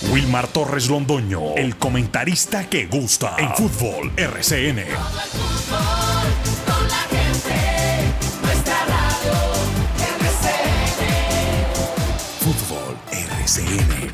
Wilmar Torres Londoño, el comentarista que gusta en Fútbol RCN. Fútbol RCN.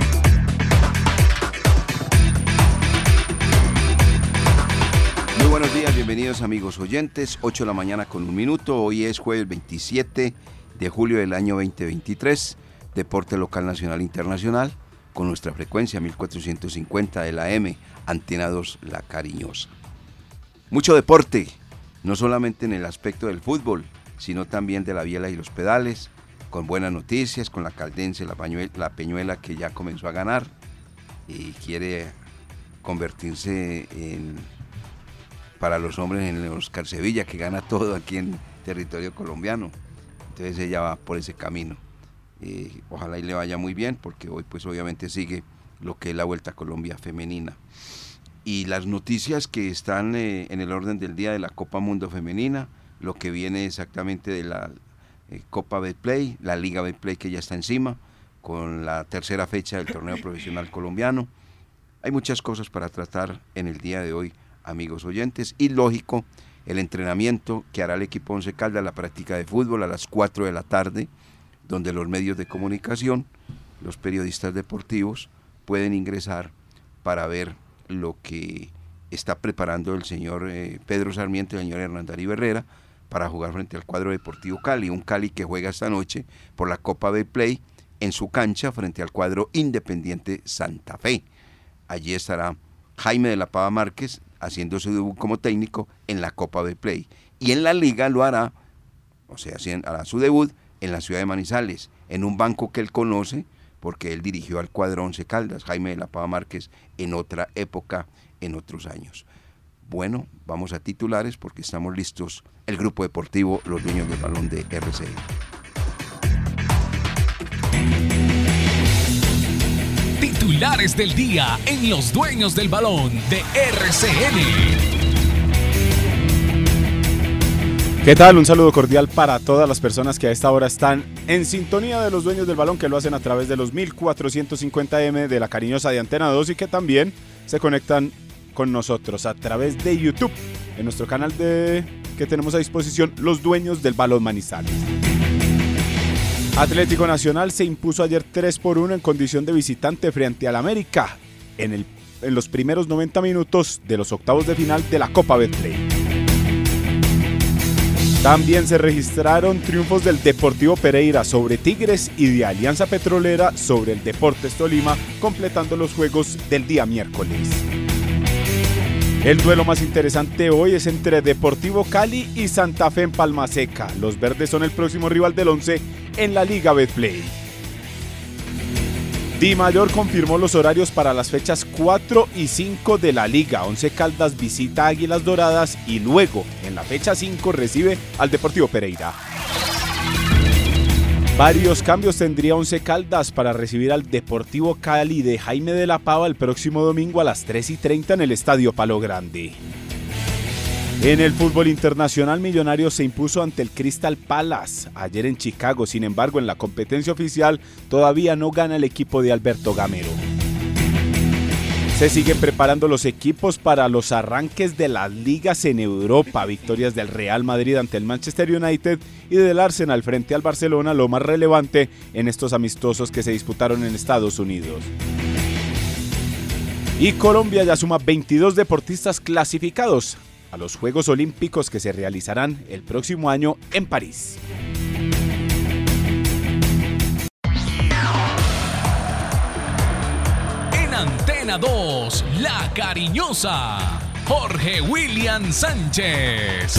Muy buenos días, bienvenidos amigos oyentes, 8 de la mañana con 1 minuto, hoy es jueves 27 de julio del año 2023, Deporte Local Nacional Internacional, con nuestra frecuencia 1450 de la AM, Antena 2 La Cariñosa. Mucho deporte, no solamente en el aspecto del fútbol, sino también de la biela y los pedales, con buenas noticias, con la Caldense, la Peñuela que ya comenzó a ganar y quiere convertirse para los hombres en el Oscar Sevilla, que gana todo aquí en territorio colombiano. Entonces ella va por ese camino. Ojalá y le vaya muy bien, porque hoy pues obviamente sigue lo que es la Vuelta a Colombia femenina. Y las noticias que están en el orden del día de la Copa Mundo Femenina, lo que viene exactamente de la Copa Betplay, la Liga Betplay que ya está encima, con la tercera fecha del torneo profesional colombiano. Hay muchas cosas para tratar en el día de hoy, amigos oyentes, y lógico, el entrenamiento que hará el equipo Once Caldas, la práctica de fútbol a las 4 de la tarde, donde los medios de comunicación, los periodistas deportivos, pueden ingresar para ver lo que está preparando el señor Pedro Sarmiento y el señor Hernán Darío Herrera para jugar frente al cuadro Deportivo Cali, un Cali que juega esta noche por la Copa Betplay en su cancha frente al cuadro Independiente Santa Fe. Allí estará Jaime de la Pava Márquez haciendo su debut como técnico en la Copa Betplay, y en la Liga lo hará, o sea, hará su debut en la ciudad de Manizales, en un banco que él conoce, porque él dirigió al cuadro Once Caldas, Jaime de la Pava Márquez, en otra época, en otros años. Bueno, vamos a titulares porque estamos listos, el grupo deportivo Los Dueños del Balón de RCN. Titulares del día en Los Dueños del Balón de RCN. ¿Qué tal? Un saludo cordial para todas las personas que a esta hora están en sintonía de Los Dueños del Balón, que lo hacen a través de los 1450M de La Cariñosa de Antena 2 y que también se conectan con nosotros a través de YouTube, en nuestro canal que tenemos a disposición, Los Dueños del Balón Manizales. Atlético Nacional se impuso ayer 3-1 en condición de visitante frente al América en los primeros 90 minutos de los octavos de final de la Copa Betplay. También se registraron triunfos del Deportivo Pereira sobre Tigres y de Alianza Petrolera sobre el Deportes Tolima, completando los juegos del día miércoles. El duelo más interesante hoy es entre Deportivo Cali y Santa Fe en Palma Seca. Los verdes son el próximo rival del Once en la Liga Betplay. Di Mayor confirmó los horarios para las fechas 4 y 5 de la Liga. Once Caldas visita a Águilas Doradas y luego, en la fecha 5, recibe al Deportivo Pereira. Varios cambios tendría Once Caldas para recibir al Deportivo Cali de Jaime de la Pava el próximo domingo a las 3:30 en el Estadio Palo Grande. En el fútbol internacional, Millonarios se impuso ante el Crystal Palace ayer en Chicago. Sin embargo, en la competencia oficial todavía no gana el equipo de Alberto Gamero. Se siguen preparando los equipos para los arranques de las ligas en Europa. Victorias del Real Madrid ante el Manchester United y del Arsenal frente al Barcelona, lo más relevante en estos amistosos que se disputaron en Estados Unidos. Y Colombia ya suma 22 deportistas clasificados a los Juegos Olímpicos que se realizarán el próximo año en París. En Antena 2, La Cariñosa, Jorge William Sánchez.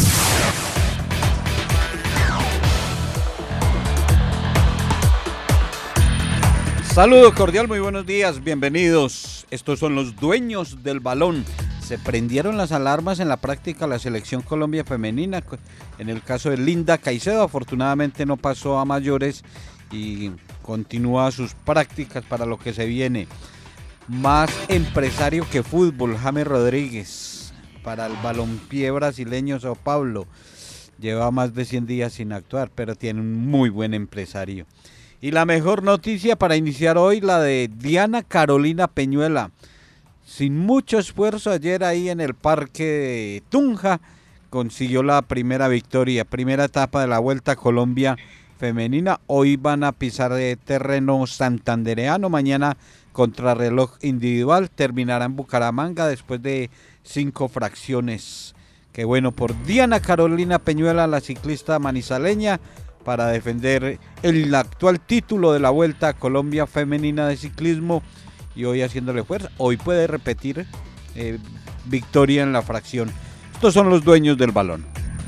Saludo cordial, muy buenos días, bienvenidos. Estos son Los Dueños del Balón. Se prendieron las alarmas en la práctica de la Selección Colombia Femenina. En el caso de Linda Caicedo, afortunadamente no pasó a mayores y continúa sus prácticas para lo que se viene. Más empresario que fútbol, James Rodríguez, para el balompié brasileño Sao Paulo. Lleva más de 100 días sin actuar, pero tiene un muy buen empresario. Y la mejor noticia para iniciar hoy, la de Diana Carolina Peñuela. Sin mucho esfuerzo ayer ahí en el Parque de Tunja consiguió la primera victoria, primera etapa de la Vuelta a Colombia femenina. Hoy van a pisar de terreno santandereano, mañana contrarreloj individual, terminará en Bucaramanga después de 5 fracciones. Qué bueno por Diana Carolina Peñuela, la ciclista manizaleña, para defender el actual título de la Vuelta a Colombia femenina de ciclismo y hoy haciéndole fuerza. Hoy puede repetir victoria en la fracción. Estos son los dueños del balón.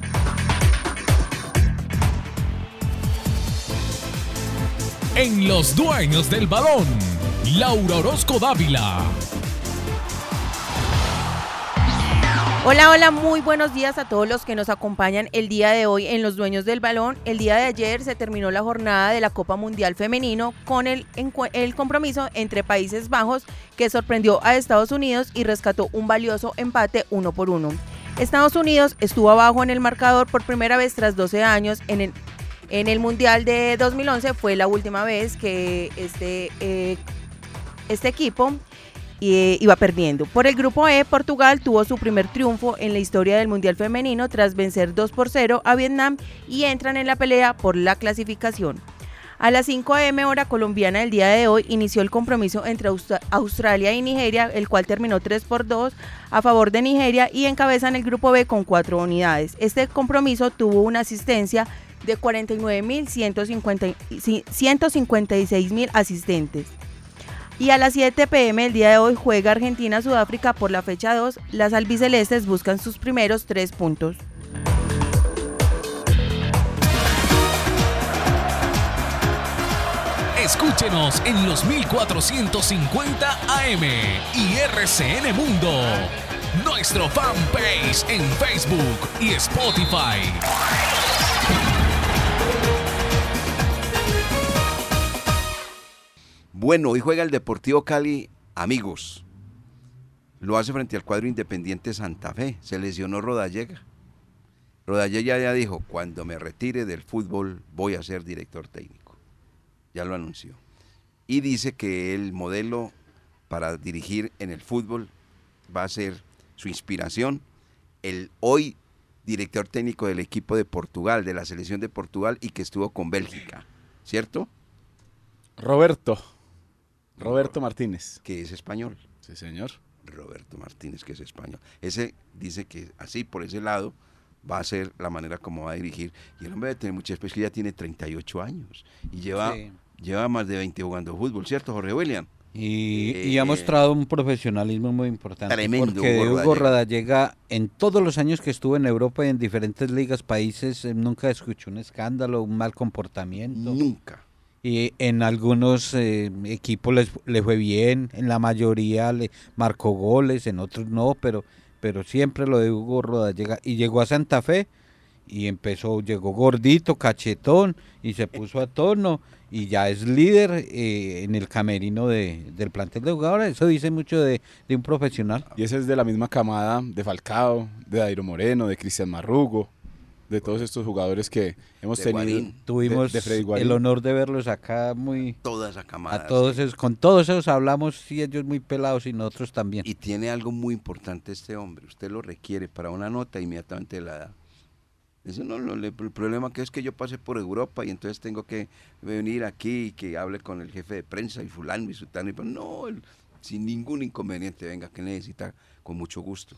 En los dueños del balón, Laura Orozco Dávila. Hola, hola, muy buenos días a todos los que nos acompañan el día de hoy en Los Dueños del Balón. El día de ayer se terminó la jornada de la Copa Mundial Femenino con el compromiso entre Países Bajos, que sorprendió a Estados Unidos y rescató un valioso empate 1-1. Estados Unidos estuvo abajo en el marcador por primera vez tras 12 años en el Mundial de 2011. Fue la última vez que este equipo iba perdiendo. Por el grupo E, Portugal tuvo su primer triunfo en la historia del Mundial Femenino tras vencer 2-0 a Vietnam y entran en la pelea por la clasificación. A las 5 a.m. hora colombiana del día de hoy inició el compromiso entre Australia y Nigeria, el cual terminó 3-2 a favor de Nigeria y encabezan el grupo B con 4 unidades. Este compromiso tuvo una asistencia de 156.000 asistentes. Y a las 7 p.m. el día de hoy juega Argentina-Sudáfrica por la fecha 2. Las albicelestes buscan sus primeros 3 puntos. Escúchenos en los 1450 AM y RCN Mundo. Nuestro fanpage en Facebook y Spotify. Bueno, hoy juega el Deportivo Cali, amigos. Lo hace frente al cuadro Independiente Santa Fe. Se lesionó Rodallega. Rodallega ya dijo, cuando me retire del fútbol voy a ser director técnico. Ya lo anunció. Y dice que el modelo para dirigir en el fútbol va a ser su inspiración, el hoy director técnico del equipo de Portugal, de la selección de Portugal y que estuvo con Bélgica, ¿cierto? Roberto Martínez. Que es español. Sí, señor. Roberto Martínez, que es español. Ese dice que así, por ese lado, va a ser la manera como va a dirigir. Y el hombre debe tener mucha experiencia, ya tiene 38 años y lleva más de 20 jugando fútbol, ¿cierto, Jorge William? Y ha mostrado un profesionalismo muy importante. Tremendo. Porque Hugo Rodallega, en todos los años que estuvo en Europa y en diferentes ligas, países, nunca escuchó un escándalo, un mal comportamiento. Nunca. Y en algunos equipos le fue bien, en la mayoría le marcó goles, en otros no, pero siempre lo de Hugo Rodallega. Y llegó a Santa Fe y llegó gordito, cachetón y se puso a tono y ya es líder en el camerino del plantel de jugadores. Eso dice mucho de un profesional. Y ese es de la misma camada de Falcao, de Dairo Moreno, de Cristian Marrugo, de todos estos jugadores que hemos tenido. Tuvimos de Freddy Guarín. el honor de verlos acá Toda esa camada. Con todos esos hablamos, sí, ellos muy pelados y nosotros también. Y tiene algo muy importante este hombre. Usted lo requiere para una nota, inmediatamente la da. Eso el problema que es que yo pasé por Europa y entonces tengo que venir aquí y que hable con el jefe de prensa y fulano y sutano. Sin ningún inconveniente, venga, que necesita, con mucho gusto.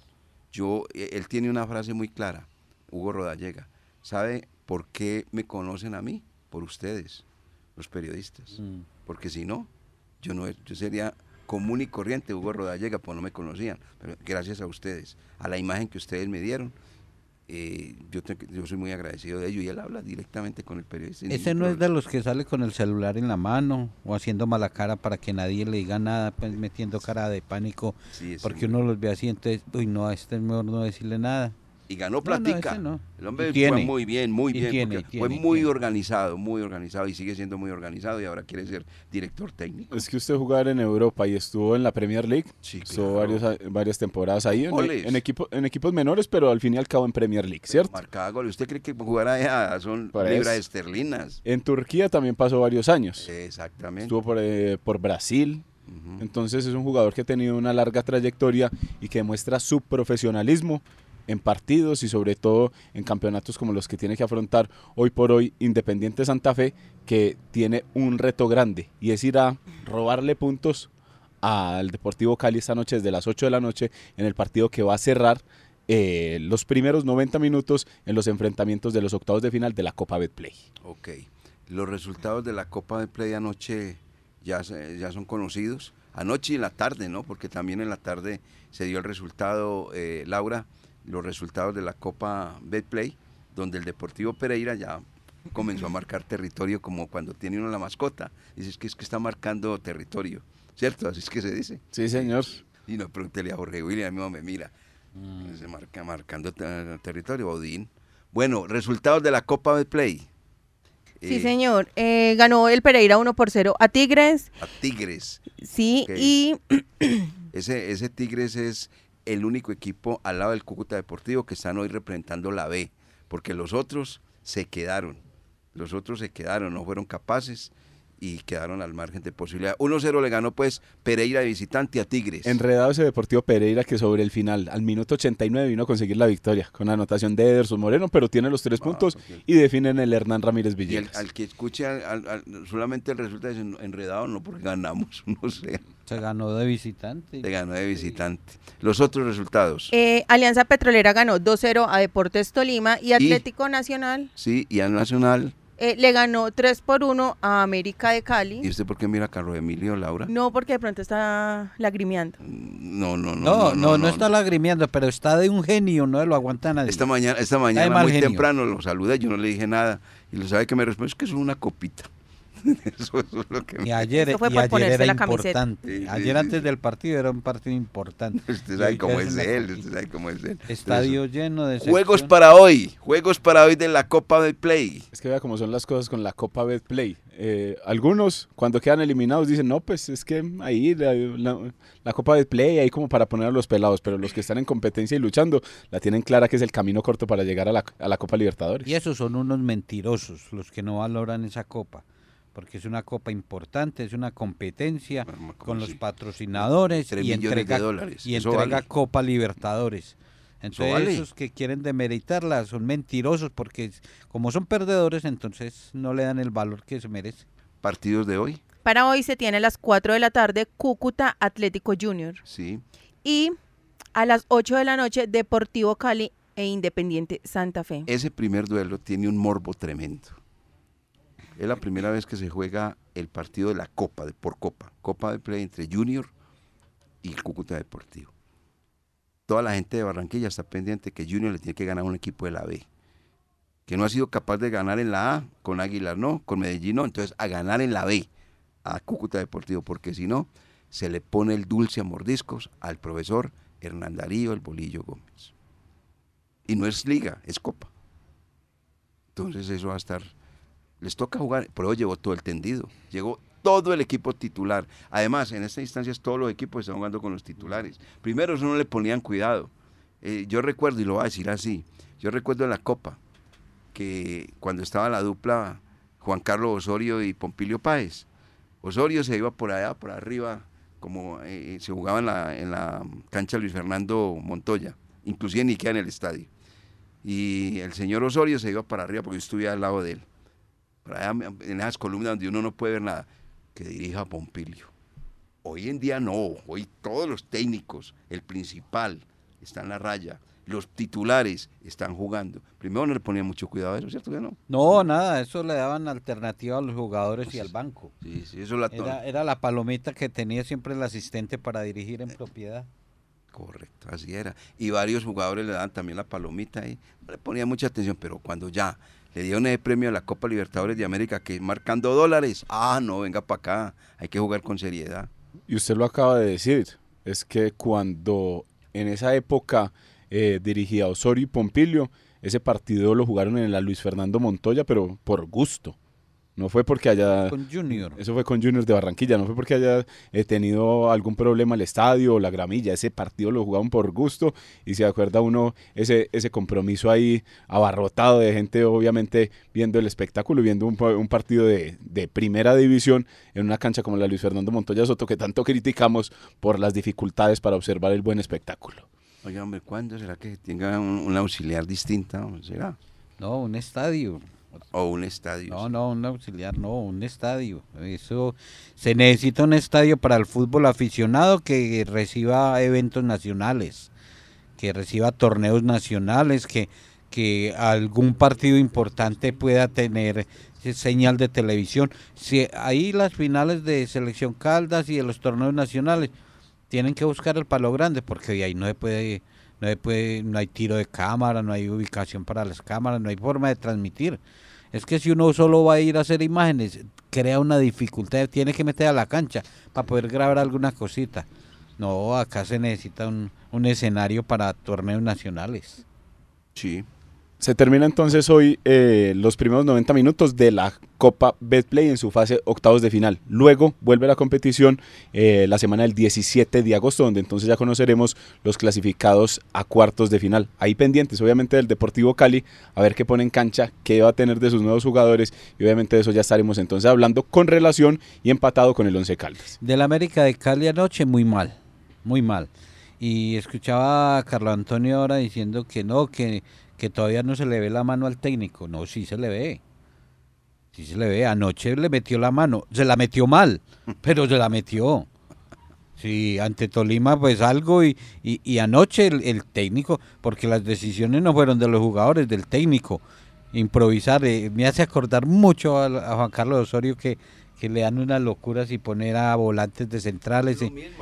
Él tiene una frase muy clara, Hugo Rodallega. ¿Sabe por qué me conocen a mí? Por ustedes, los periodistas. Porque si no, yo sería común y corriente Hugo Rodallega, pues no me conocían. Pero gracias a ustedes, a la imagen que ustedes me dieron, yo soy muy agradecido de ello y él habla directamente con el periodista. Ese no es de los que sale con el celular en la mano o haciendo mala cara para que nadie le diga nada, pues metiendo cara de pánico, sí, porque uno los ve así, entonces, es mejor no decirle nada. Y ganó platica. No. El hombre Tiene. fue muy bien, fue muy tiene. organizado y sigue siendo muy organizado y ahora quiere ser director técnico. Es que usted jugar en Europa y estuvo en la Premier League, Sí, estuvo claro. varias temporadas ahí Goles. en equipos menores, pero al fin y al cabo en Premier League, ¿cierto? Marcaba goles. ¿Usted cree que jugar allá son Por libras eso. esterlinas? En Turquía también pasó varios años. Exactamente. Estuvo por Brasil. Ujú. Entonces es un jugador que ha tenido una larga trayectoria y que demuestra su profesionalismo en partidos y sobre todo en campeonatos como los que tiene que afrontar hoy por hoy Independiente Santa Fe, que tiene un reto grande y es ir a robarle puntos al Deportivo Cali esta noche desde las 8 de la noche en el partido que va a cerrar los primeros 90 minutos en los enfrentamientos de los octavos de final de la Copa Betplay. Ok. Los resultados de la Copa de Play anoche ya son conocidos. Anoche y en la tarde, ¿no? Porque también en la tarde se dio el resultado, Laura, los resultados de la Copa Betplay, donde el Deportivo Pereira ya comenzó a marcar territorio como cuando tiene uno la mascota. Dices que es que está marcando territorio, ¿cierto? Así es que se dice. Sí, señor. Y no, pregúntele a Jorge William, mismo me mira. Se marcando territorio, Odín. Bueno, resultados de la Copa Betplay. Sí, señor. Ganó el Pereira 1-0 a Tigres. A Tigres. Sí, Ok. y Ese Tigres es el único equipo al lado del Cúcuta Deportivo que están hoy representando la B, porque los otros se quedaron, no fueron capaces y quedaron al margen de posibilidad. 1-0 le ganó pues Pereira de visitante a Tigres. Enredado ese Deportivo Pereira que sobre el final, al minuto 89, vino a conseguir la victoria con la anotación de Ederson Moreno, pero tiene los 3 puntos ok. y definen el Hernán Ramírez Y Villegas. al que escuche solamente el resultado es enredado, no porque ganamos, no sé, Se ganó de visitante. le ganó de visitante. Los otros resultados, Alianza Petrolera ganó 2-0 a Deportes Tolima y Atlético Nacional sí, y al Nacional. le ganó 3-1 a América de Cali. ¿Y usted por qué mira a Carlos Emilio, Laura? No, porque de pronto está lagrimeando. No está lagrimeando, pero está de un genio, no lo aguanta nadie. Esta mañana mal muy genio. temprano lo saludé, yo no le dije nada. Y lo sabe que me respondió, es que es una copita. Eso es lo que Y ayer, Eso fue por ponerse era la camiseta. importante. Sí, Ayer sí, antes sí. del partido era un partido importante. Usted sabe cómo Ya es la él, copita. usted sabe cómo es él. Estadio lleno de Juegos sección. para hoy de la Copa del Play. Es que vea cómo son las cosas con la Copa Betplay. Algunos, cuando quedan eliminados, dicen, no, pues es que ahí la Copa Betplay, ahí como para poner a los pelados, pero los que están en competencia y luchando, la tienen clara que es el camino corto para llegar a la Copa Libertadores. Y esos son unos mentirosos los que no valoran esa copa, porque es una copa importante, es una competencia Bueno, con los sí. patrocinadores 3 y millones entrega, de dólares, y eso entrega vale. Copa Libertadores. Entonces vale. esos que quieren demeritarla son mentirosos porque como son perdedores entonces no le dan el valor que se merece. Partidos de hoy, Para hoy se tiene a las 4 de la tarde Cúcuta Atlético Junior sí. y a las 8 de la noche Deportivo Cali e Independiente Santa Fe. Ese primer duelo tiene un morbo tremendo. Es la primera vez que se juega el partido de la Copa de Play entre Junior y el Cúcuta Deportivo. Toda la gente de Barranquilla está pendiente que Junior le tiene que ganar a un equipo de la B, que no ha sido capaz de ganar en la A, con Águilas no, con Medellín no, entonces a ganar en la B, a Cúcuta Deportivo, porque si no, se le pone el dulce a mordiscos al profesor Hernán Darío El Bolillo Gómez. Y no es liga, es copa. Entonces eso va a estar, les toca jugar, por eso llevó todo el tendido, llegó todo el equipo titular. Además, en estas instancias todos los equipos están jugando con los titulares. Primero eso no le ponían cuidado. Yo recuerdo, y lo voy a decir así, yo recuerdo en la Copa, que cuando estaba la dupla Juan Carlos Osorio y Pompilio Páez, Osorio se iba por allá, por arriba, como se jugaba en la cancha Luis Fernando Montoya, inclusive ni queda en el estadio. Y el señor Osorio se iba para arriba porque yo estuve al lado de él, para allá en esas columnas donde uno no puede ver nada, que dirija a Pompilio. Hoy en día no, hoy todos los técnicos, el principal está en la raya, los titulares están jugando. Primero no le ponía mucho cuidado a eso, ¿cierto que no? No, nada, eso le daban alternativa a los jugadores y al banco. Sí, eso la Era la palomita que tenía siempre el asistente para dirigir en propiedad. Correcto, así era. Y varios jugadores le daban también la palomita ahí. No le ponía mucha atención, pero cuando ya le dieron el premio a la Copa Libertadores de América, que marcando dólares, no, venga para acá, hay que jugar con seriedad. Y usted lo acaba de decir, es que cuando en esa época dirigía Osorio y Pompilio. Ese partido lo jugaron en la Luis Fernando Montoya, pero por gusto. No fue porque haya... Con Junior. Eso fue con Junior de Barranquilla, no fue porque haya tenido algún problema el estadio o la gramilla. Ese partido lo jugaban por gusto y se acuerda uno ese compromiso ahí abarrotado de gente, obviamente viendo el espectáculo y viendo un partido de primera división en una cancha como la Luis Fernando Montoya Soto, que tanto criticamos por las dificultades para observar el buen espectáculo. Oye, hombre, ¿cuándo será que tenga un auxiliar distinta? ¿Será? No, un estadio. O un estadio. No, un auxiliar, no, un estadio. Eso se necesita un estadio para el fútbol aficionado que reciba eventos nacionales, que reciba torneos nacionales, que algún partido importante pueda tener señal de televisión. Si ahí las finales de Selección Caldas y de los torneos nacionales tienen que buscar el palo grande, porque de ahí no hay tiro de cámara, no hay ubicación para las cámaras, no hay forma de transmitir. Es que si uno solo va a ir a hacer imágenes, crea una dificultad, tiene que meter a la cancha para poder grabar alguna cosita. No, acá se necesita un escenario para torneos nacionales. Sí. Se termina entonces hoy los primeros 90 minutos de la Copa Betplay en su fase octavos de final. Luego vuelve la competición la semana del 17 de agosto, donde entonces ya conoceremos los clasificados a cuartos de final. Ahí pendientes, obviamente, del Deportivo Cali, a ver qué pone en cancha, qué va a tener de sus nuevos jugadores, y obviamente de eso ya estaremos entonces hablando con relación y empatado con el Once Caldas. Del América de Cali anoche, muy mal. Y escuchaba a Carlos Antonio ahora diciendo que no, que todavía no se le ve la mano al técnico. No, sí se le ve. Sí se le ve. Anoche le metió la mano. Se la metió mal, pero se la metió. Sí, ante Tolima pues algo y anoche el técnico, porque las decisiones no fueron de los jugadores, del técnico. Improvisar, me hace acordar mucho a Juan Carlos Osorio que le dan unas locuras y poner a volantes de centrales.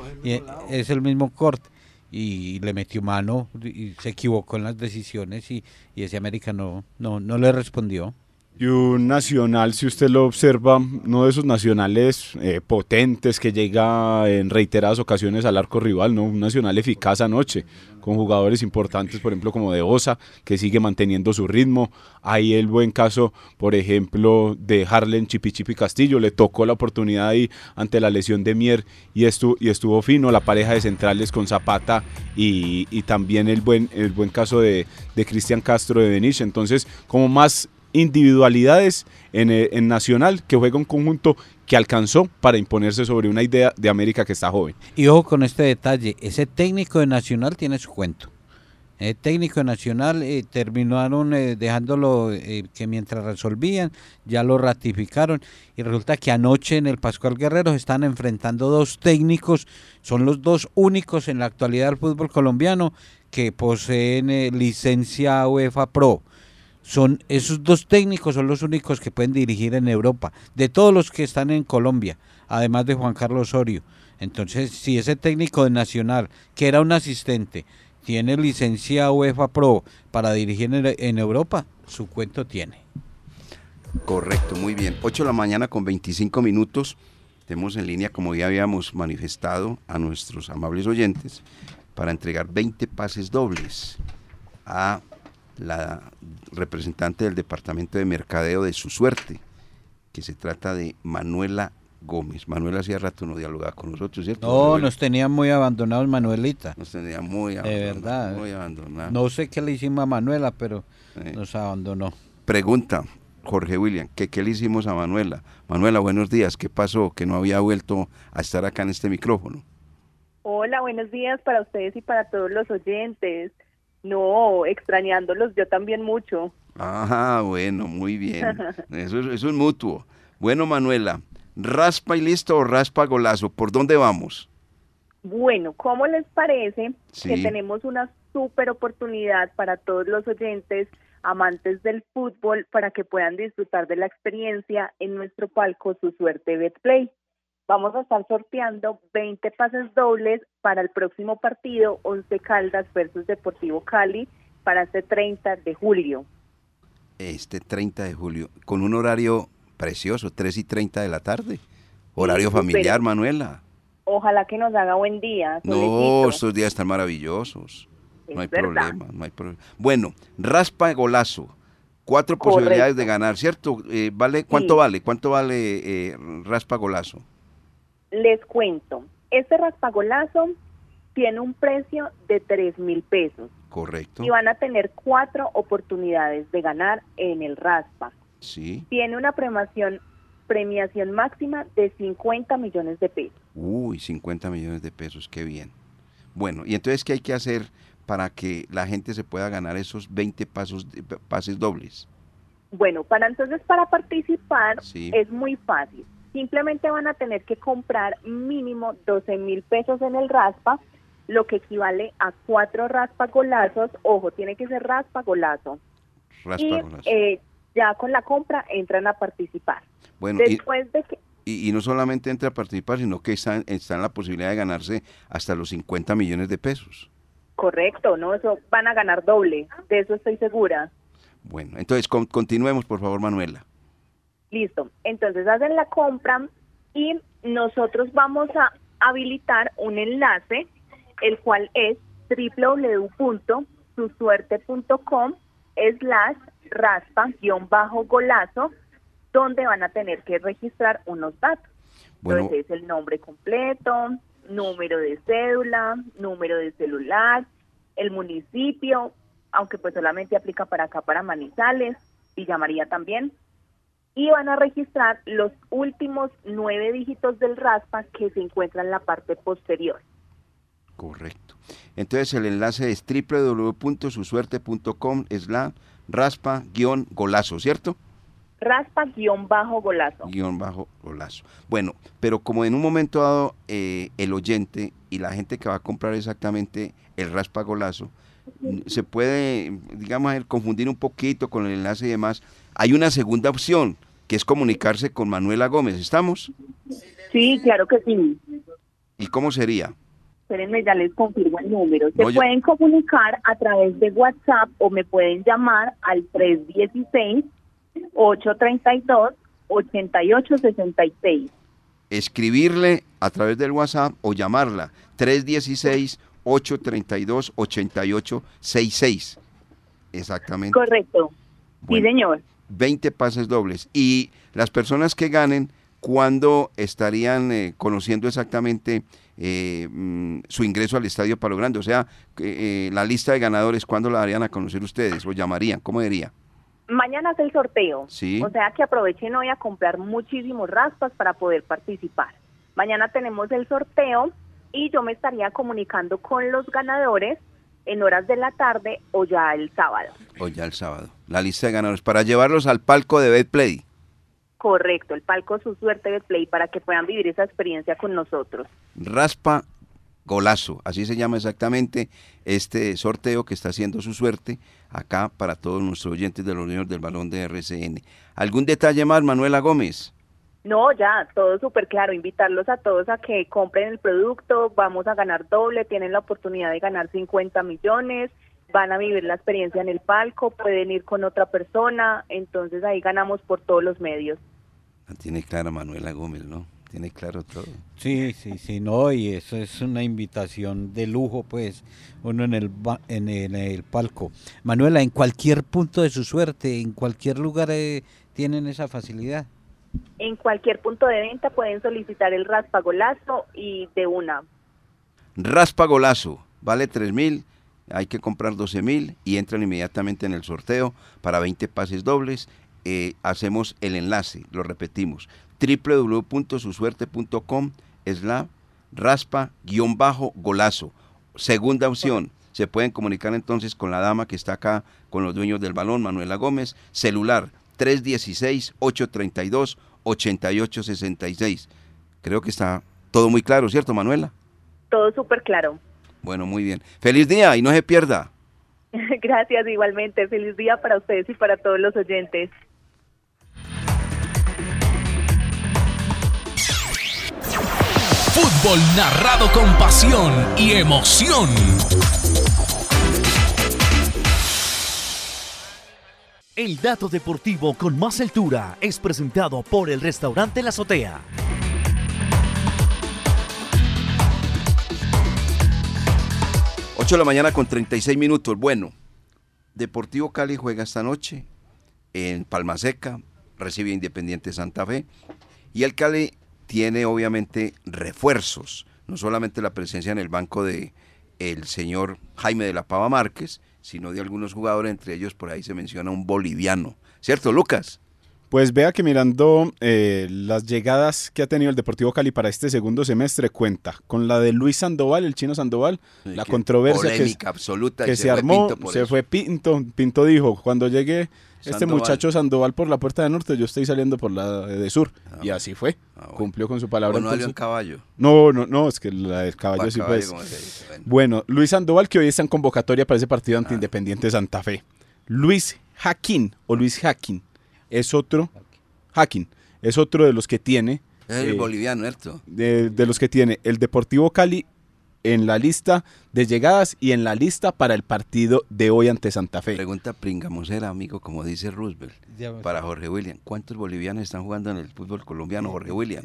Es el mismo corte. Y le metió mano y se equivocó en las decisiones y ese América no le respondió. Y un Nacional, si usted lo observa, uno de esos nacionales potentes que llega en reiteradas ocasiones al arco rival, ¿no? Un Nacional eficaz anoche, con jugadores importantes, por ejemplo, como de Osa, que sigue manteniendo su ritmo. Hay el buen caso, por ejemplo, de Harlen Chipi Castillo, le tocó la oportunidad ahí ante la lesión de Mier y estuvo fino. La pareja de centrales con Zapata y también el buen caso de Cristian Castro de Beniche. Entonces, como más individualidades en Nacional, que juega un conjunto que alcanzó para imponerse sobre una idea de América que está joven. Y ojo con este detalle, ese técnico de Nacional tiene su cuento. El técnico de Nacional terminaron dejándolo que mientras resolvían, ya lo ratificaron y resulta que anoche en el Pascual Guerrero se están enfrentando dos técnicos, son los dos únicos en la actualidad del fútbol colombiano que poseen licencia UEFA Pro. Esos dos técnicos son los únicos que pueden dirigir en Europa, de todos los que están en Colombia, además de Juan Carlos Osorio. Entonces, si ese técnico de Nacional, que era un asistente, tiene licencia UEFA Pro para dirigir en Europa, su cuento tiene. Correcto, muy bien. 8 de la mañana con 25 minutos. Tenemos en línea, como ya habíamos manifestado a nuestros amables oyentes, para entregar 20 pases dobles a la representante del Departamento de Mercadeo de Su Suerte, que se trata de Manuela Gómez. Manuela hacía rato no dialogaba con nosotros, ¿cierto? No, nos tenía muy abandonados, Manuelita. Nos tenía muy abandonados. De verdad. Muy abandonados. No sé qué le hicimos a Manuela, pero nos abandonó. Pregunta, Jorge William, ¿qué le hicimos a Manuela? Manuela, buenos días. ¿Qué pasó? Que no había vuelto a estar acá en este micrófono. Hola, buenos días para ustedes y para todos los oyentes. No, extrañándolos yo también mucho. Ah, bueno, muy bien. Eso es mutuo. Bueno, Manuela, ¿raspa y listo o raspa golazo? ¿Por dónde vamos? Bueno, ¿cómo les parece Sí. que tenemos una súper oportunidad para todos los oyentes amantes del fútbol para que puedan disfrutar de la experiencia en nuestro palco Su Suerte Betplay? Vamos a estar sorteando 20 pases dobles para el próximo partido Once Caldas versus Deportivo Cali para este 30 de julio. Este 30 de julio, con un horario precioso, 3:30 de la tarde. Horario Sí, familiar, Manuela. Ojalá que nos haga buen día. No, solecito. estos días están maravillosos. No hay verdad. problema, no hay problema. Bueno, raspa golazo. 4 posibilidades de ganar, ¿cierto? ¿Cuánto vale? ¿Cuánto vale raspa golazo? Les cuento, este raspagolazo tiene un precio de 3,000 pesos. Correcto. Y van a tener 4 oportunidades de ganar en el raspa. Sí. Tiene una premiación máxima de 50 millones de pesos. Uy, 50 millones de pesos, qué bien. Bueno, y entonces, ¿qué hay que hacer para que la gente se pueda ganar esos 20 pases dobles? Bueno, para participar Sí. es muy fácil. Simplemente van a tener que comprar mínimo 12,000 pesos en el raspa, lo que equivale a 4 raspagolazos. Ojo, tiene que ser raspagolazo. Raspagolazo. Y ya con la compra entran a participar. Bueno, Después de que... y no solamente entra a participar, sino que está en la posibilidad de ganarse hasta los 50 millones de pesos. Correcto, ¿no? Eso van a ganar doble, de eso estoy segura. Bueno, entonces continuemos, por favor, Manuela. Listo, entonces hacen la compra y nosotros vamos a habilitar un enlace, el cual es www.susuerte.com/raspa-golazo, donde van a tener que registrar unos datos. Bueno. Entonces es el nombre completo, número de cédula, número de celular, el municipio, aunque pues solamente aplica para acá, para Manizales, Villa María también, y van a registrar los últimos 9 dígitos del raspa que se encuentran en la parte posterior. Correcto. Entonces el enlace es www.susuerte.com/raspa-golazo, ¿cierto? Raspa-golazo. _golazo. Bueno, pero como en un momento dado el oyente y la gente que va a comprar exactamente el raspa golazo, se puede, digamos, confundir un poquito con el enlace y demás. Hay una segunda opción, que es comunicarse con Manuela Gómez. ¿Estamos? Sí, claro que sí. ¿Y cómo sería? Espérenme, ya les confirmo el número. Se pueden comunicar a través de WhatsApp o me pueden llamar al 316-832-8866. Escribirle a través del WhatsApp o llamarla 316-832-8866. Exactamente. Correcto. Bueno, sí, señor. 20 pases dobles. Y las personas que ganen, ¿cuándo estarían conociendo exactamente su ingreso al Estadio Palo Grande? O sea, la lista de ganadores, ¿cuándo la darían a conocer ustedes? ¿O llamarían? ¿Cómo diría? Mañana es el sorteo. Sí. O sea que aprovechen hoy a comprar muchísimos raspas para poder participar. Mañana tenemos el sorteo y yo me estaría comunicando con los ganadores en horas de la tarde o ya el sábado. O ya el sábado. La lista de ganadores para llevarlos al palco de Betplay. Correcto, el palco Su Suerte Betplay, para que puedan vivir esa experiencia con nosotros. Raspa Golazo, así se llama exactamente este sorteo que está haciendo Su Suerte acá para todos nuestros oyentes de los Niños del Balón de RCN. ¿Algún detalle más, Manuela Gómez? No, ya, todo súper claro, invitarlos a todos a que compren el producto, vamos a ganar doble, tienen la oportunidad de ganar 50 millones, van a vivir la experiencia en el palco, pueden ir con otra persona, entonces ahí ganamos por todos los medios. La tiene clara Manuela Gómez, ¿no? Tiene claro todo. Sí, no, y eso es una invitación de lujo, pues, uno en el palco. Manuela, en cualquier punto de Su Suerte, en cualquier lugar tienen esa facilidad. En cualquier punto de venta pueden solicitar el raspagolazo y de una. Raspa Golazo, vale 3,000, hay que comprar 12,000 y entran inmediatamente en el sorteo para 20 pases dobles. Hacemos el enlace, lo repetimos, www.susuerte.com/raspa-golazo. Segunda opción, se pueden comunicar entonces con la dama que está acá, con los dueños del balón, Manuela Gómez, celular 316-832-8866. Creo que está todo muy claro, ¿cierto, Manuela? Todo súper claro. Bueno, muy bien. Feliz día y no se pierda. Gracias, igualmente. Feliz día para ustedes y para todos los oyentes. Fútbol narrado con pasión y emoción. El dato deportivo con más altura es presentado por el restaurante La Azotea. 8 de la mañana con 36 minutos. Bueno, Deportivo Cali juega esta noche en Palma Seca, recibe a Independiente Santa Fe, y el Cali tiene obviamente refuerzos, no solamente la presencia en el banco de el señor Jaime de la Pava Márquez, sino de algunos jugadores, entre ellos por ahí se menciona un boliviano, ¿cierto, Lucas? Pues vea que mirando las llegadas que ha tenido el Deportivo Cali para este segundo semestre, cuenta con la de Luis Sandoval, el chino Sandoval, Sí, la que controversia polémica absoluta, que y se armó, Pinto por se eso. fue Pinto. Pinto dijo, cuando llegue este Sandoval. muchacho Sandoval por la puerta de norte, yo estoy saliendo por la de sur. Y así fue, bueno. cumplió con su palabra. ¿O no salió en entonces- caballo? No, es que la del caballo Va sí caballo, pues. como se dice, bueno. Bueno, Luis Sandoval, que hoy está en convocatoria para ese partido ante Independiente Santa Fe. Luis Jaquín, o Luis Jaquín, es otro, Jaquín, es otro de los que tiene, Es el boliviano, ¿cierto? de los que tiene el Deportivo Cali en la lista de llegadas y en la lista para el partido de hoy ante Santa Fe. Pregunta pringamosera, amigo, como dice Roosevelt, para Jorge William. ¿Cuántos bolivianos están jugando en el fútbol colombiano, Jorge William?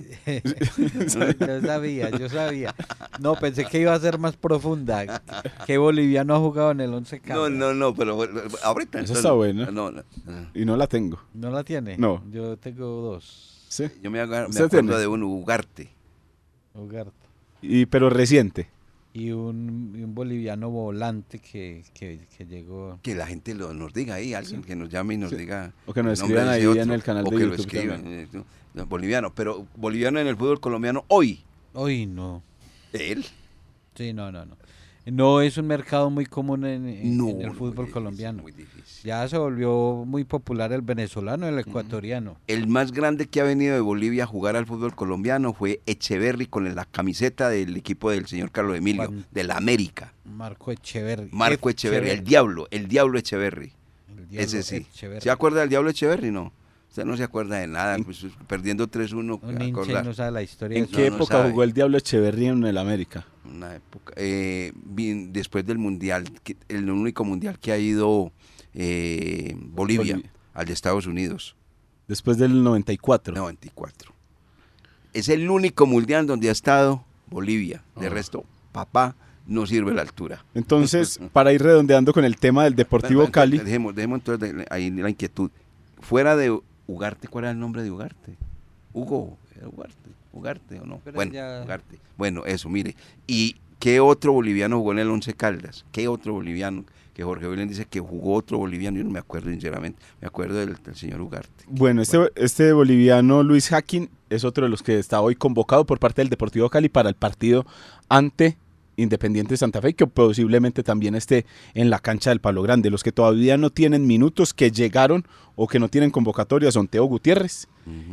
Yo sabía. No, pensé que iba a ser más profunda. ¿Qué boliviano ha jugado en el 11 Caldas? No, pero ahorita. Esa está buena. No. Y no la tengo. ¿No la tiene? No. Yo tengo 2. Sí. Yo me ¿Usted acuerdo tiene? de un Ugarte. Ugarte. Pero reciente. Y un boliviano volante que llegó. Que la gente nos diga ahí, alguien que nos llame y nos diga. O que nos el nombre escriban de ahí ese otro, en el canal o de que YouTube lo escriban. también. No, boliviano, pero boliviano en el fútbol colombiano hoy. Hoy no. Él. Sí, no. No es un mercado muy común en el muy fútbol difícil, colombiano. muy difícil. Ya se volvió muy popular el venezolano, el ecuatoriano. El más grande que ha venido de Bolivia a jugar al fútbol colombiano fue Echeverry con la camiseta del equipo del señor Carlos Emilio, Juan- de la América. Marco Echeverri. Marco Echeverry, el diablo Echeverry. Ese sí. ¿Se acuerda del diablo Echeverry? No. Usted no se acuerda de nada, pues, perdiendo 3-1. Un hincha y acordar. no sabe la historia. ¿En de eso. qué no época sabe. jugó el Diablo Echeverría en el América? Una época. Después del mundial, el único mundial que ha ido Bolivia, al de Estados Unidos, Después del 94. 94. Es el único mundial donde ha estado Bolivia. De resto, papá, no sirve la altura. Entonces, para ir redondeando con el tema del Deportivo Bueno, Cali, Dejemos entonces ahí la inquietud. Fuera de Ugarte, ¿cuál era el nombre de Ugarte? Hugo, ¿era Ugarte o no? Pero Bueno, ya- Ugarte. Bueno, eso, mire. ¿Y qué otro boliviano jugó en el Once Caldas? ¿Qué otro boliviano? Que Jorge Belén dice que jugó otro boliviano, yo no me acuerdo sinceramente. Me acuerdo del señor Ugarte. bueno, este boliviano Luis Jaquín es otro de los que está hoy convocado por parte del Deportivo Cali para el partido ante Independiente Santa Fe, que posiblemente también esté en la cancha del Palo Grande. Los que todavía no tienen minutos, que llegaron o que no tienen convocatoria, son Teo Gutiérrez,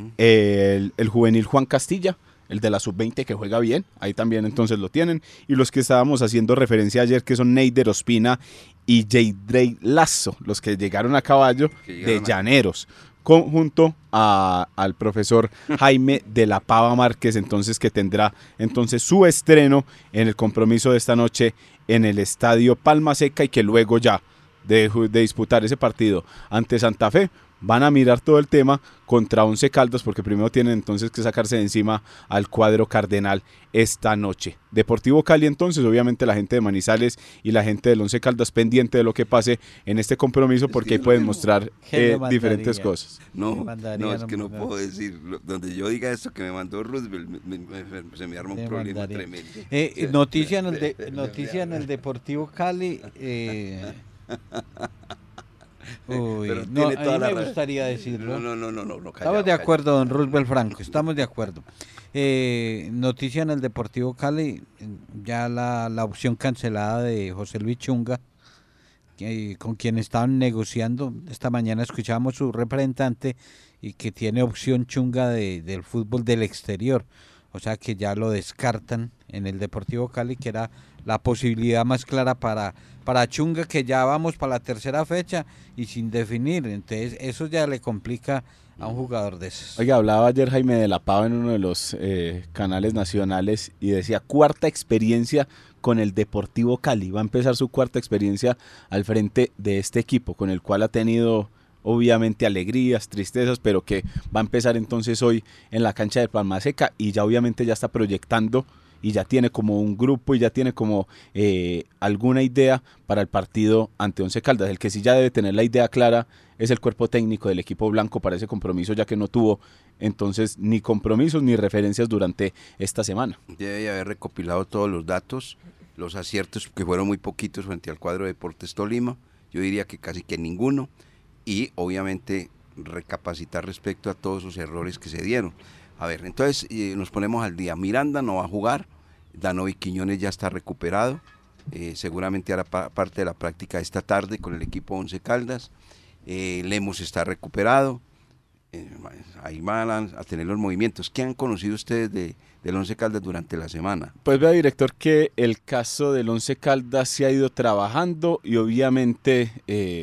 el juvenil Juan Castilla, el de la sub-20 que juega bien, ahí también entonces lo tienen, y los que estábamos haciendo referencia ayer, que son Neider Ospina y J. Lazo, los que llegaron a caballo Que de llegaron a- Llaneros, junto al profesor Jaime de la Pava Márquez, entonces, que tendrá entonces su estreno en el compromiso de esta noche en el Estadio Palma Seca, y que luego ya de disputar ese partido ante Santa Fe, van a mirar todo el tema contra Once Caldas, porque primero tienen entonces que sacarse de encima al cuadro cardenal esta noche. Deportivo Cali, entonces, obviamente la gente de Manizales y la gente del Once Caldas pendiente de lo que pase en este compromiso, porque ahí pueden mostrar ¿Qué le diferentes mandaría? cosas. No, Me mandaría, no, es no que me no mandaría. puedo decir. Donde yo diga esto que me mandó Roosevelt, se me arma un Le problema mandaría. tremendo. Noticia en el Deportivo Cali. Uy, Pero no, tiene a toda mí la me razón. gustaría decirlo. No, Estamos callado, de acuerdo, don Roosevelt Franco, estamos de acuerdo. Noticia en el Deportivo Cali, ya la opción cancelada de José Luis Chunga, con quien estaban negociando. Esta mañana escuchábamos su representante y que tiene opción Chunga del fútbol del exterior. O sea que ya lo descartan en el Deportivo Cali, que era la posibilidad más clara para Chunga, que ya vamos para la tercera fecha y sin definir. Entonces eso ya le complica a un jugador de esos. Oiga, hablaba ayer Jaime de la Pava en uno de los canales nacionales y decía, cuarta experiencia con el Deportivo Cali. Va a empezar su cuarta experiencia al frente de este equipo, con el cual ha tenido obviamente alegrías, tristezas, pero que va a empezar entonces hoy en la cancha de Palma Seca, y ya obviamente ya está proyectando y ya tiene como un grupo y ya tiene como alguna idea para el partido ante Once Caldas. El que sí ya debe tener la idea clara es el cuerpo técnico del equipo blanco para ese compromiso, ya que no tuvo entonces ni compromisos ni referencias durante esta semana. Debe haber recopilado todos los datos, los aciertos, que fueron muy poquitos frente al cuadro de Deportes Tolima, yo diría que casi que ninguno, y obviamente recapacitar respecto a todos los errores que se dieron. A ver, entonces nos ponemos al día. Miranda no va a jugar, Danovi Quiñones ya está recuperado, seguramente hará parte de la práctica esta tarde con el equipo Once Caldas. Lemos está recuperado, ahí van a tener los movimientos. ¿Qué han conocido ustedes del Once Caldas durante la semana? Pues vea, director, que el caso del Once Caldas se ha ido trabajando y obviamente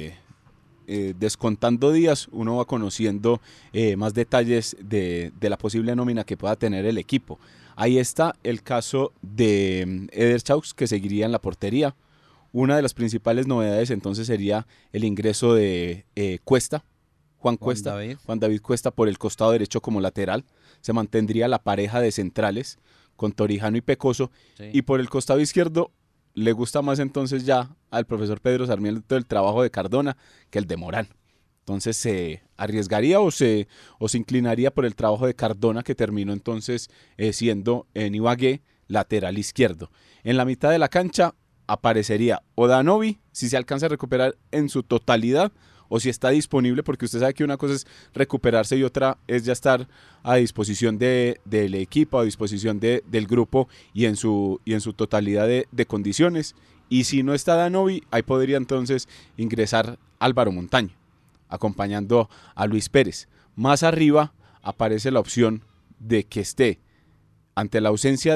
descontando días uno va conociendo más detalles de la posible nómina que pueda tener el equipo. Ahí está el caso de Eder Chaux, que seguiría en la portería. Una de las principales novedades entonces sería el ingreso de Cuesta, Juan David Cuesta por el costado derecho como lateral. Se mantendría la pareja de centrales con Torijano y Pecoso, sí. Y por el costado izquierdo le gusta más entonces ya al profesor Pedro Sarmiento el trabajo de Cardona que el de Morán. Entonces se arriesgaría o se inclinaría por el trabajo de Cardona, que terminó entonces siendo en Ibagué lateral izquierdo. En la mitad de la cancha aparecería o Danovi, si se alcanza a recuperar en su totalidad, o si está disponible, porque usted sabe que una cosa es recuperarse y otra es ya estar a disposición del equipo, a disposición del grupo y en su totalidad de condiciones. Y si no está Danovi, ahí podría entonces ingresar Álvaro Montaño, acompañando a Luis Pérez. Más arriba aparece la opción de que esté ante la ausencia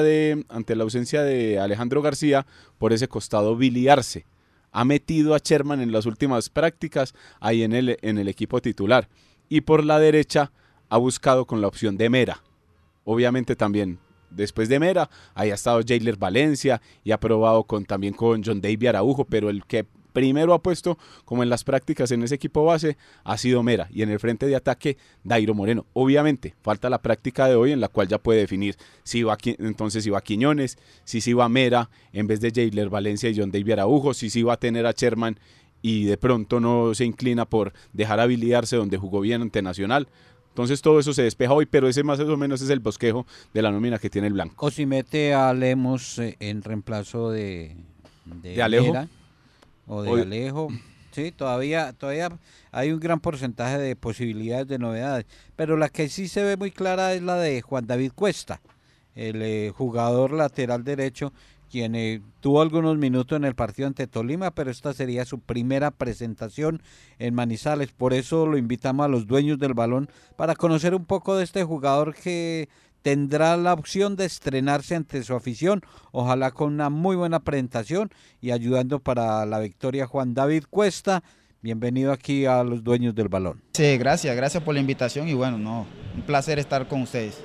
de Alejandro García, por ese costado Billy Arce. Ha metido a Sherman en las últimas prácticas ahí en el equipo titular. Y por la derecha ha buscado con la opción de Mera. Obviamente también después de Mera, ahí ha estado Jailer Valencia y ha probado también con John David Araujo, pero el que primero ha puesto como en las prácticas en ese equipo base ha sido Mera, y en el frente de ataque Dairo Moreno. Obviamente falta la práctica de hoy en la cual ya puede definir si va Quiñones, si va Mera en vez de Jailer Valencia y John David Araujo, si va a tener a Sherman y de pronto no se inclina por dejar habilitarse donde jugó bien ante Nacional. Entonces todo eso se despeja hoy, pero ese más o menos es el bosquejo de la nómina que tiene el blanco. O si mete a Lemos en reemplazo de Alejo. Mera, o de Alejo. Sí, todavía hay un gran porcentaje de posibilidades de novedades, pero la que sí se ve muy clara es la de Juan David Cuesta, el jugador lateral derecho, quien tuvo algunos minutos en el partido ante Tolima, pero esta sería su primera presentación en Manizales. Por eso lo invitamos a los dueños del balón para conocer un poco de este jugador que tendrá la opción de estrenarse ante su afición, ojalá con una muy buena presentación y ayudando para la victoria. Juan David Cuesta, bienvenido aquí a los dueños del balón. Sí, gracias por la invitación y bueno, un placer estar con ustedes.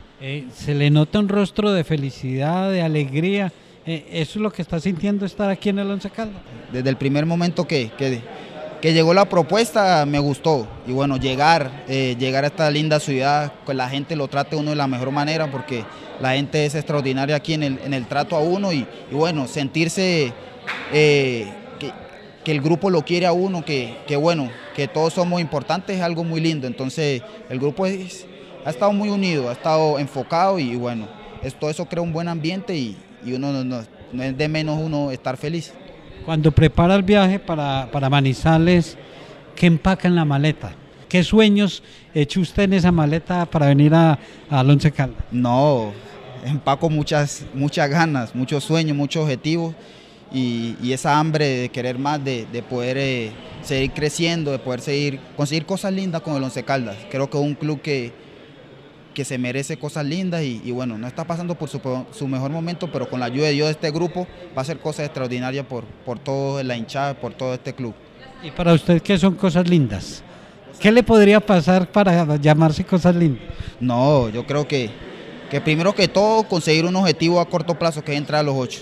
Se le nota un rostro de felicidad, de alegría. ¿Eso es lo que está sintiendo estar aquí en el Once Caldas? Desde el primer momento que llegó la propuesta me gustó, y bueno, llegar a esta linda ciudad, que la gente lo trate uno de la mejor manera, porque la gente es extraordinaria aquí en el trato a uno, y bueno, sentirse que el grupo lo quiere a uno, que bueno, que todos somos importantes, es algo muy lindo. Entonces el grupo ha estado muy unido, ha estado enfocado, y bueno, todo eso crea un buen ambiente, y uno no es de menos uno estar feliz. Cuando prepara el viaje para Manizales, ¿qué empaca en la maleta? ¿Qué sueños echó usted en esa maleta para venir al Once Caldas? No, empaco muchas ganas, muchos sueños, muchos objetivos, y esa hambre de querer más, de poder seguir creciendo, de poder conseguir cosas lindas con el Once Caldas. Creo que es un club que se merece cosas lindas, y bueno, no está pasando por su mejor momento, pero con la ayuda de Dios de este grupo va a hacer cosas extraordinarias por toda la hinchada, por todo este club. ¿Y para usted qué son cosas lindas? ¿Qué le podría pasar para llamarse cosas lindas? No, yo creo que primero que todo conseguir un objetivo a corto plazo, que es entrar a los 8.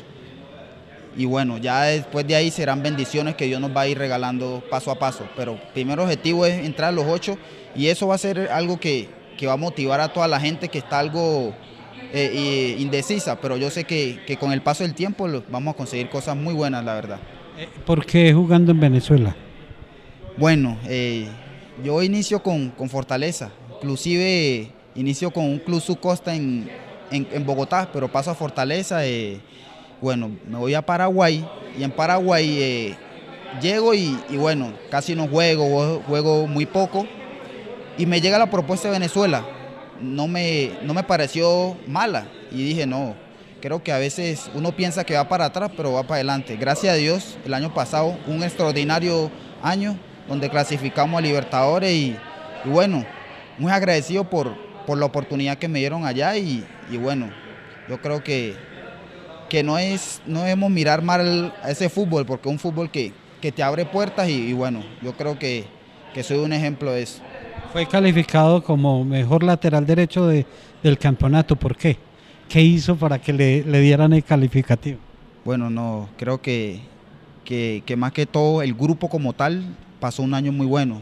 Y bueno, ya después de ahí serán bendiciones que Dios nos va a ir regalando paso a paso, pero el primer objetivo es entrar a los 8, y eso va a ser algo que va a motivar a toda la gente, que está algo indecisa, pero yo sé que con el paso del tiempo vamos a conseguir cosas muy buenas, la verdad. ¿Por qué jugando en Venezuela? Bueno, yo inicio con Fortaleza, inclusive inicio con un club subcosta en Bogotá, pero paso a Fortaleza, bueno, me voy a Paraguay y en Paraguay llego y bueno, casi no juego muy poco y me llega la propuesta de Venezuela, no me pareció mala y dije no, creo que a veces uno piensa que va para atrás pero va para adelante. Gracias a Dios, el año pasado un extraordinario año donde clasificamos a Libertadores y bueno, muy agradecido por la oportunidad que me dieron allá y bueno, yo creo que no debemos mirar mal a ese fútbol porque es un fútbol que te abre puertas y bueno, yo creo que soy un ejemplo de eso. Fue calificado como mejor lateral derecho del campeonato, ¿por qué? ¿Qué hizo para que le dieran el calificativo? Bueno, no, creo que más que todo el grupo como tal pasó un año muy bueno.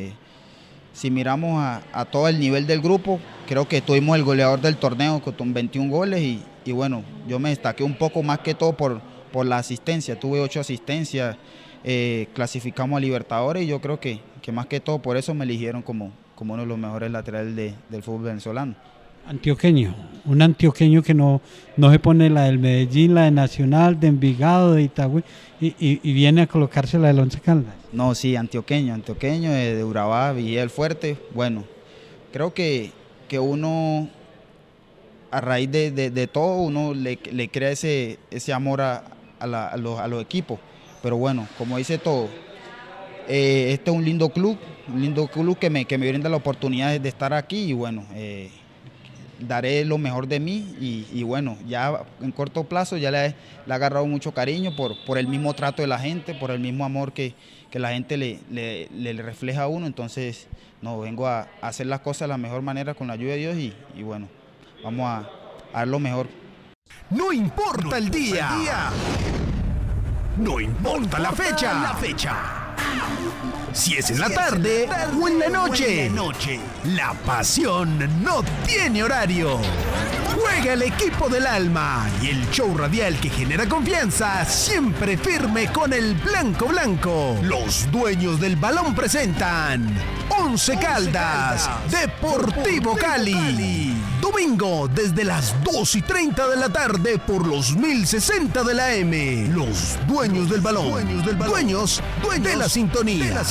Si miramos a todo el nivel del grupo, creo que tuvimos el goleador del torneo con 21 goles y bueno, yo me destaqué un poco más que todo por la asistencia, tuve 8 asistencias, clasificamos a Libertadores y yo creo que más que todo por eso me eligieron como uno de los mejores laterales del fútbol venezolano. Antioqueño, un antioqueño que no se pone la del Medellín, la de Nacional, de Envigado, de Itagüí y viene a colocarse la del Once Caldas. No, sí, antioqueño de Urabá, Vigía del Fuerte. Bueno, creo que uno a raíz de todo uno le crea ese amor a los equipos, pero bueno, como dice todo, este es un lindo club que me brinda la oportunidad de estar aquí y bueno, daré lo mejor de mí y bueno, ya en corto plazo ya le he agarrado mucho cariño por el mismo trato de la gente, por el mismo amor que la gente le refleja a uno, entonces no, vengo a hacer las cosas de la mejor manera con la ayuda de Dios y bueno, vamos a dar lo mejor. No importa el día, no importa la fecha. Si es en la tarde o en la noche, la pasión no tiene horario. Juega el equipo del alma y el show radial que genera confianza, siempre firme con el blanco. Los dueños del balón presentan Once Caldas, Deportivo Cali. Domingo desde las 2:30 de la tarde por los 1060 de la M. Los dueños del balón. Dueños de la sintonía.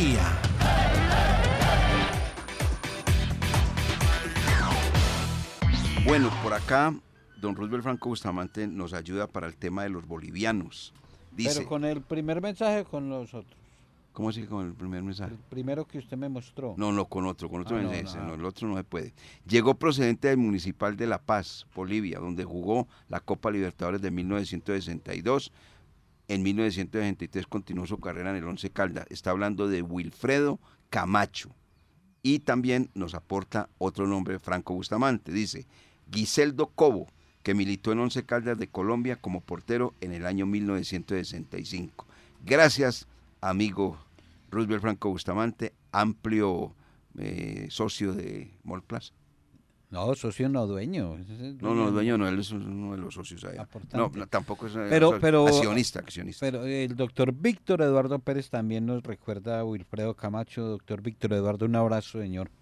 Bueno, por acá, don Roosevelt Franco Bustamante nos ayuda para el tema de los bolivianos. Dice, ¿pero con el primer mensaje o con los otros? ¿Cómo así con el primer mensaje? El primero que usted me mostró. No, con otro mensaje, no. El otro no se puede. Llegó procedente del Municipal de La Paz, Bolivia, donde jugó la Copa Libertadores de 1962. En 1963 continuó su carrera en el Once Caldas. Está hablando de Wilfredo Camacho. Y también nos aporta otro nombre, Franco Bustamante. Dice, Giseldo Cobo, que militó en Once Caldas de Colombia como portero en el año 1965. Gracias, amigo Roosevelt Franco Bustamante, amplio socio de Mall Plaza. No, socio no, dueño. No, dueño no, él es uno de los socios allá. No, tampoco es pero accionista. Pero el doctor Víctor Eduardo Pérez también nos recuerda a Wilfredo Camacho. Doctor Víctor Eduardo, un abrazo, señor.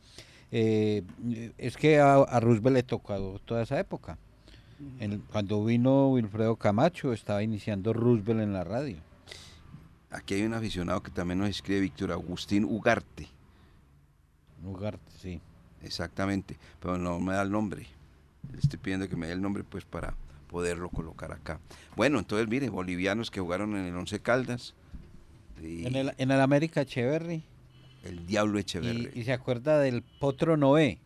Es que a Roosevelt le tocó toda esa época. Cuando vino Wilfredo Camacho, estaba iniciando Roosevelt en la radio. Aquí hay un aficionado que también nos escribe, Víctor Agustín Ugarte. Ugarte, sí. Exactamente, pero no me da el nombre. Le estoy pidiendo que me dé el nombre pues para poderlo colocar acá. Bueno, entonces mire, bolivianos que jugaron en el Once Caldas. En el América Echeverri. El Diablo Echeverri. Y se acuerda del Potro Noé.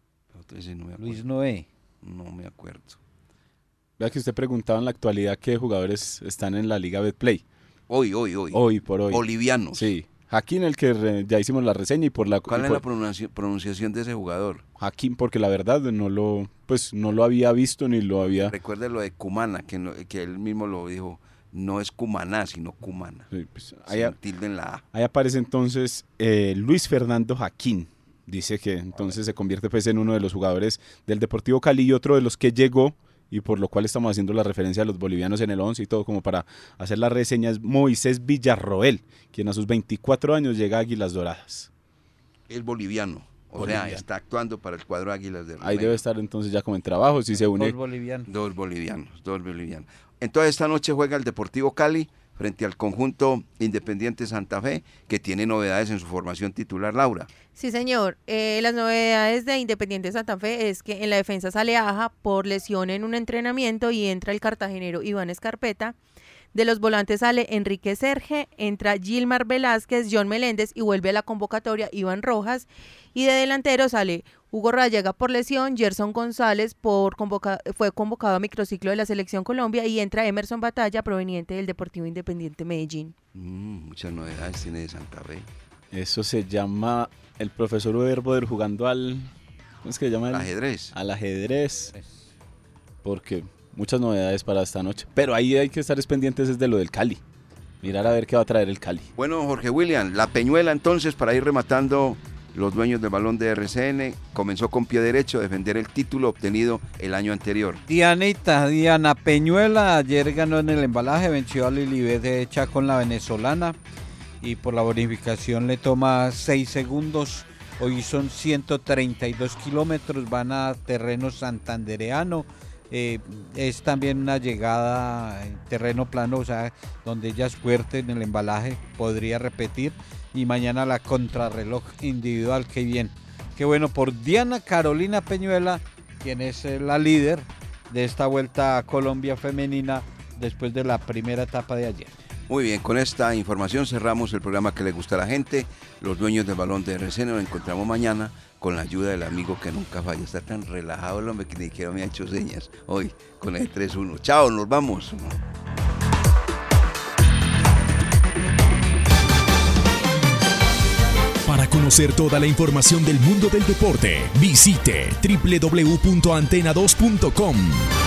Luis Noé. No me acuerdo. Vea que usted preguntaba en la actualidad qué jugadores están en la Liga Betplay. Hoy por hoy. Bolivianos. Sí. Hakim, el que ya hicimos la reseña y por la... ¿Cuál es la pronunciación de ese jugador? Hakim, porque la verdad no lo había visto ni lo había... Recuerde lo de Cumana, que él mismo lo dijo, no es Cumaná, sino Cumana. Sí, pues, sin tilde en la A. Ahí aparece entonces Luis Fernando Hakim. Dice que entonces se convierte pues en uno de los jugadores del Deportivo Cali y otro de los que llegó, y por lo cual estamos haciendo la referencia a los bolivianos en el 11 y todo, como para hacer la reseña, es Moisés Villarroel, quien a sus 24 años llega a Águilas Doradas. Es boliviano. O sea, está actuando para el cuadro Águilas de Río Ahí Negro. debe estar entonces ya como en trabajo, si se une. Dos bolivianos. Entonces esta noche juega el Deportivo Cali frente al conjunto Independiente Santa Fe, que tiene novedades en su formación titular, Laura. Sí, señor. Las novedades de Independiente Santa Fe es que en la defensa sale Aja por lesión en un entrenamiento y entra el cartagenero Iván Escarpeta. De los volantes sale Enrique Serge, entra Gilmar Velázquez, John Meléndez y vuelve a la convocatoria Iván Rojas. Y de delantero sale Hugo Rayaga por lesión, Gerson González fue convocado a microciclo de la Selección Colombia y entra Emerson Batalla proveniente del Deportivo Independiente Medellín. Muchas novedades tiene de Santa Fe. Eso se llama el profesor Uberboder jugando al... ¿Cómo es que se llama? Ajedrez. Al ajedrez. Porque muchas novedades para esta noche. Pero ahí hay que estar pendientes desde lo del Cali. Mirar a ver qué va a traer el Cali. Bueno, Jorge William, la Peñuela entonces, para ir rematando los dueños del balón de RCN, comenzó con pie derecho a defender el título obtenido el año anterior. Diana Peñuela ayer ganó en el embalaje, venció a Lilibet de Chacón, la venezolana, y por la bonificación le toma 6 segundos. Hoy son 132 kilómetros, van a terreno santandereano. Es también una llegada en terreno plano, o sea, donde ella es fuerte en el embalaje, podría repetir. Y mañana la contrarreloj individual, qué bien. Qué bueno por Diana Carolina Peñuela, quien es la líder de esta Vuelta a Colombia femenina después de la primera etapa de ayer. Muy bien, con esta información cerramos el programa que le gusta a la gente. Los dueños del balón de RCN nos encontramos mañana con la ayuda del amigo que nunca falla. Está tan relajado el hombre que ni siquiera me ha hecho señas hoy con el 3-1. Chao, nos vamos. Para conocer toda la información del mundo del deporte, visite www.antena2.com.